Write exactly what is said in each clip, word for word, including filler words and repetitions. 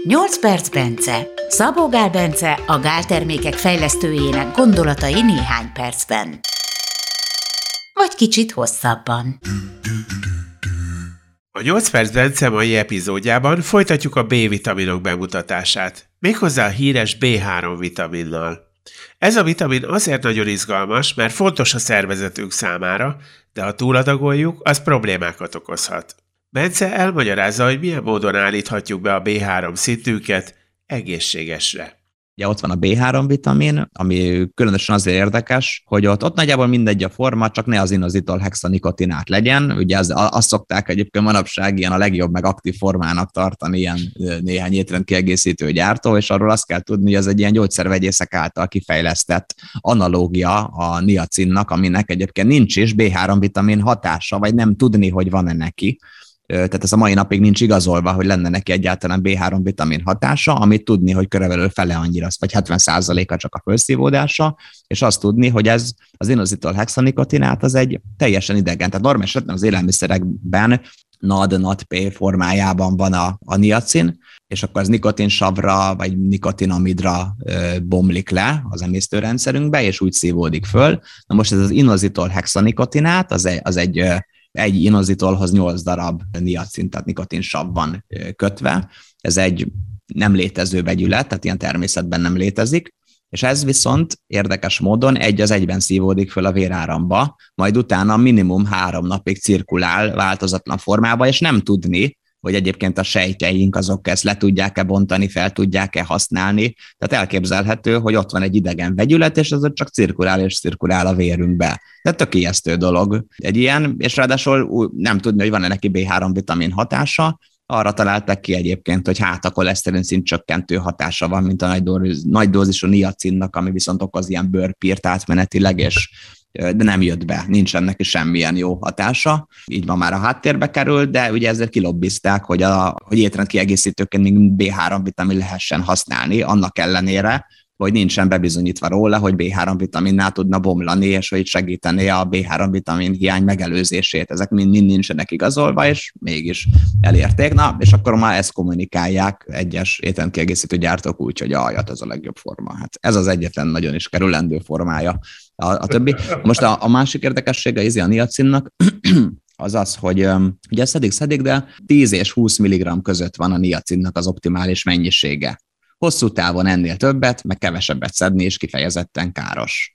nyolc perc Bence. Szabó Gál Bence, a gáltermékek fejlesztőjének gondolatai néhány percben. Vagy kicsit hosszabban. A nyolc perc Bence mai epizódjában folytatjuk a B-vitaminok bemutatását, méghozzá a híres bé három vitaminnal. Ez a vitamin azért nagyon izgalmas, mert fontos a szervezetünk számára, de ha túladagoljuk, az problémákat okozhat. Bence elmagyarázza, hogy milyen módon állíthatjuk be a bé három szintünket egészségesre. Ugye ott van a bé három vitamin, ami különösen azért érdekes, hogy ott, ott nagyjából mindegy a forma, csak ne az inositol hexanikotinát legyen. Ugye az, azt szokták egyébként manapság ilyen a legjobb meg aktív formának tartani ilyen néhány étrendkiegészítő gyártó, és arról azt kell tudni, hogy ez egy ilyen gyógyszervegyészek által kifejlesztett analógia a niacinnak, aminek egyébként nincs is bé három vitamin hatása, vagy nem tudni, hogy van-e neki. Tehát ez a mai napig nincs igazolva, hogy lenne neki egyáltalán bé három vitamin hatása, amit tudni, hogy körülbelül fele annyira, vagy hetven százaléka csak a felszívódása, és azt tudni, hogy ez az inositol hexanikotinát az egy teljesen idegen. Tehát normális esetben az élelmiszerekben NAD, NADP formájában van a, a niacin, és akkor az nikotinsavra vagy nikotinamidra ö, bomlik le az emésztőrendszerünkbe, és úgy szívódik föl. Na most ez az inositol hexanikotinát, az egy, az egy egy inositolhoz nyolc darab niacin, tehát nikotinsav van kötve. Ez egy nem létező vegyület, tehát ilyen természetben nem létezik, és ez viszont érdekes módon egy az egyben szívódik föl a véráramba, majd utána minimum három napig cirkulál változatlan formába, és nem tudni, hogy egyébként a sejtjeink azok ezt le tudják-e bontani, fel tudják-e használni. Tehát elképzelhető, hogy ott van egy idegen vegyület, és az csak cirkulál és cirkulál a vérünkbe. Tehát tök ijesztő dolog. Egy ilyen, és ráadásul nem tudni, hogy van-e neki bé három vitamin hatása. Arra találták ki egyébként, hogy hát a koleszterin szint csökkentő hatása van, mint a nagy, dózis, nagy dózisú niacinnak, ami viszont okoz ilyen bőrpírt átmenetileg, és de nem jött be, nincs ennek is semmilyen jó hatása. Így van, már a háttérbe kerül, de ugye ezért kilobbizták, hogy, a, hogy étrendkiegészítőként még bé három vitamin lehessen használni, annak ellenére, hogy nincsen bebizonyítva róla, hogy bé három vitaminnál tudna bomlani, és hogy segítené a bé három vitamin hiány megelőzését. Ezek mind nincsenek igazolva, és mégis elérték. Na, és akkor már ezt kommunikálják egyes étrendkiegészítő gyártók úgy, hogy ajat, ez a legjobb forma. Hát ez az egyetlen nagyon is kerülendő formája. A, a többi. Most a, a másik érdekessége izi a niacinnak az az, hogy um, ugye szedik, szedik, de tíz és húsz milligramm között van a niacinnak az optimális mennyisége. Hosszú távon ennél többet, meg kevesebbet szedni is kifejezetten káros.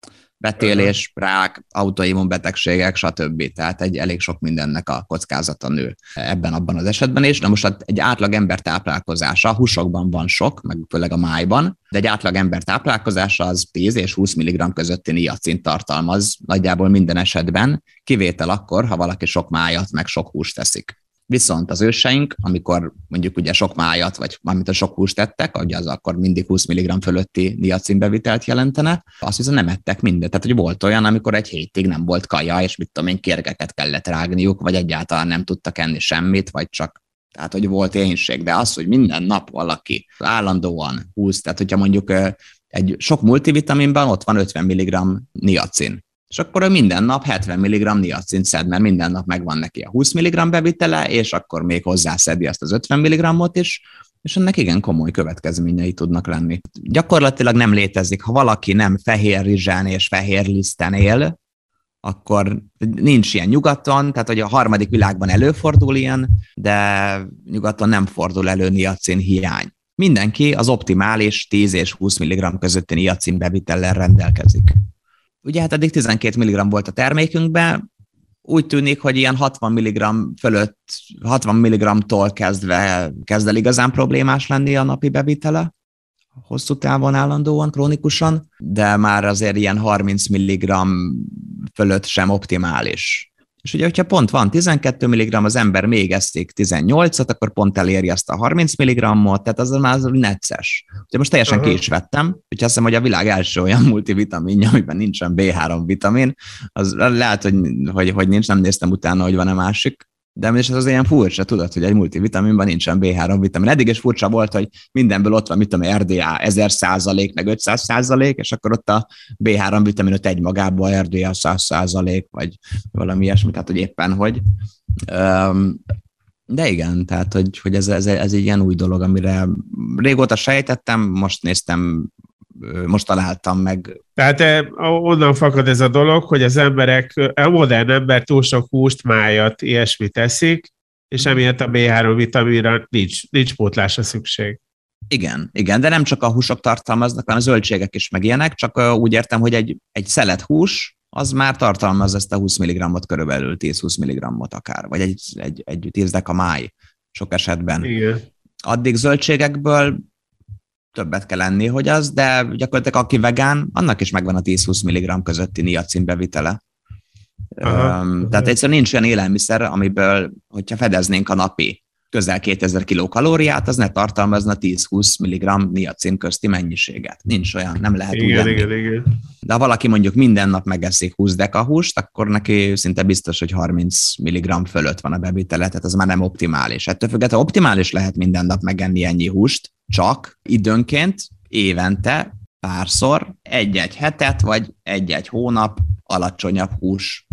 Betélés, rák, autoimmunbetegségek, stb. Tehát egy elég sok mindennek a kockázata nő ebben abban az esetben is. Na most egy átlag ember táplálkozása, a húsokban van sok, meg főleg a májban, de egy átlag ember táplálkozása az tíz és húsz milligramm közötti niacint tartalmaz nagyjából minden esetben, kivétel akkor, ha valaki sok májat, meg sok húst teszik. Viszont az őseink, amikor mondjuk ugye sok májat, vagy amit a sok húst tettek, ugye az akkor mindig húsz milligramm fölötti niacinbevitelt jelentene, azt viszont nem ettek mindent. Tehát, hogy volt olyan, amikor egy hétig nem volt kaja, és mit tudom én, kérgeket kellett rágniuk, vagy egyáltalán nem tudtak enni semmit, vagy csak, tehát, hogy volt éhínség. De az, hogy minden nap valaki állandóan húsz, tehát, hogyha mondjuk egy sok multivitaminban ott van ötven milligramm niacin, és akkor ő minden nap hetven milligramm niacint szed, mert minden nap megvan neki a húsz milligramm bevitele, és akkor még hozzászedi azt az ötven milligrammot is, és ennek igen komoly következményei tudnak lenni. Gyakorlatilag nem létezik, ha valaki nem fehér rizsán és fehér liszten él, akkor nincs ilyen nyugaton, tehát hogy a harmadik világban előfordul ilyen, de nyugaton nem fordul elő niacin hiány. Mindenki az optimális tíz és húsz milligramm közötti niacin bevitellel rendelkezik. Ugye hát eddig tizenkét milligramm volt a termékünkben, úgy tűnik, hogy ilyen hatvan milligramm fölött, hatvan milligramtól kezdve kezd el igazán problémás lenni a napi bevitele, hosszú távon állandóan, krónikusan, de már azért ilyen harminc milligramm fölött sem optimális. És ugye, hogyha pont van tizenkét milligramm, az ember még eszik tizennyolcat, akkor pont eléri azt a harminc milligrammot, tehát az már az necces. Ugye most teljesen uh-huh. ki is vettem, úgyhogy azt hiszem, hogy a világ első olyan multivitaminja, amiben nincsen bé három vitamin, az lehet, hogy, hogy, hogy nincs, nem néztem utána, hogy van-e másik, de ez az ilyen furcsa, tudod, hogy egy multivitaminban nincsen bé három vitamin. Eddig is furcsa volt, hogy mindenből ott van, mit tudom, er dé á ezer százalék, meg ötszáz százalék, és akkor ott a bé három vitaminot egy magából er dé á száz százalék, vagy valami ilyesmi, tehát hogy éppen hogy. Um, De igen, tehát hogy, hogy ez, ez, ez egy ilyen új dolog, amire régóta sejtettem, most néztem, most találtam meg. Tehát onnan fakad ez a dolog, hogy az emberek, a modern ember túl sok húst, májat, ilyesmit teszik, és emiatt a bé három vitaminra nincs, nincs pótlásra szükség. Igen, igen, de nem csak a húsok tartalmaznak, hanem a zöldségek is meg ilyenek, csak úgy értem, hogy egy, egy szelet hús, az már tartalmaz ezt a húsz milligrammot, körülbelül tíz-húsz milligrammot akár, vagy egy, egy, egy tíz deka máj sok esetben. Igen. Addig zöldségekből többet kell enni, hogy az, de gyakorlatilag aki vegán, annak is megvan a tíz-húsz milligramm közötti niacin bevitele. Aha, um, tehát egyszerűen nincs olyan élelmiszer, amiből, hogyha fedeznénk a napi közel kétezer kilókalóriát, az ne tartalmazna tíz-húsz milligramm niacin közti mennyiséget. Nincs olyan, nem lehet igen, úgy enni. igen, igen. De ha valaki mondjuk minden nap megeszik húsz deka húst, akkor neki szinte biztos, hogy harminc milligramm fölött van a bevitele, tehát az már nem optimális. Ettől függetlenül optimális lehet minden nap megenni ennyi húst, csak időnként, évente, párszor, egy-egy hetet, vagy egy-egy hónap alacsonyabb hús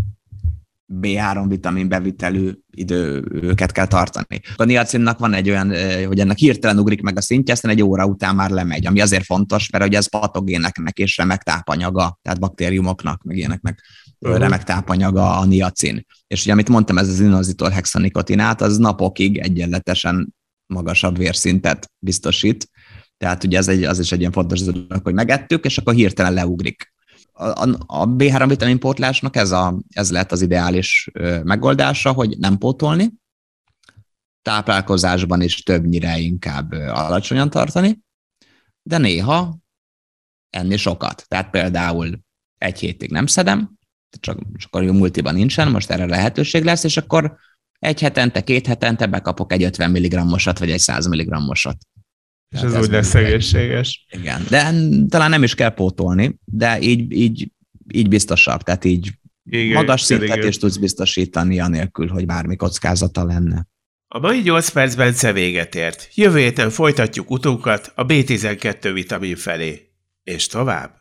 bé három vitamin bevitelű időket kell tartani. A niacinnak van egy olyan, hogy ennek hirtelen ugrik meg a szintje, aztán egy óra után már lemegy, ami azért fontos, mert ugye ez patogéneknek és remek tápanyaga, tehát baktériumoknak, meg ilyeneknek uh-huh. remek tápanyaga a niacin. És ugye, amit mondtam, ez az inositol hexanikotinát, az napokig egyenletesen magasabb vérszintet biztosít, tehát ugye ez egy, az is egy ilyen fontos dolog, hogy megettük, és akkor hirtelen leugrik. A, a bé három vitamin pótlásnak ez, a, ez lett az ideális megoldása, hogy nem pótolni, táplálkozásban is többnyire inkább alacsonyan tartani, de néha enni sokat. Tehát például egy hétig nem szedem, csak, csak a multiban nincsen, most erre lehetőség lesz, és akkor egy hetente, két hetente bekapok egy ötven milligrammosat, vagy egy száz milligrammosat. És ez, ez úgy lesz egészséges. Igen, de talán nem is kell pótolni, de így, így, így biztosabb, tehát így igen, magas szintet igen. is tudsz biztosítani, anélkül, hogy bármi kockázata lenne. A mai nyolc perc Bence véget ért. Jövő héten folytatjuk utunkat a bé tizenkettő vitamin felé. És tovább.